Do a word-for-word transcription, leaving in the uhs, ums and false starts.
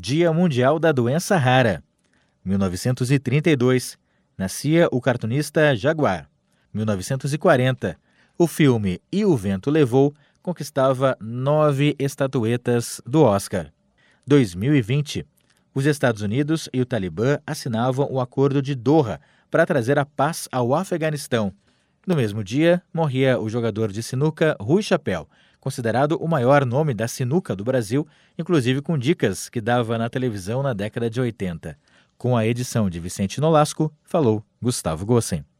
Dia Mundial da Doença Rara. mil novecentos e trinta e dois, nascia o cartunista Jaguar. mil novecentos e quarenta, o filme E o Vento Levou conquistava nove estatuetas do Oscar. dois mil e vinte, os Estados Unidos e o Talibã assinavam o Acordo de Doha para trazer a paz ao Afeganistão. No mesmo dia, morria o jogador de sinuca Rui Chapéu, considerado o maior nome da sinuca do Brasil, inclusive com dicas que dava na televisão na década de oitenta. Com a edição de Vicente Nolasco, falou Gustavo Gossen.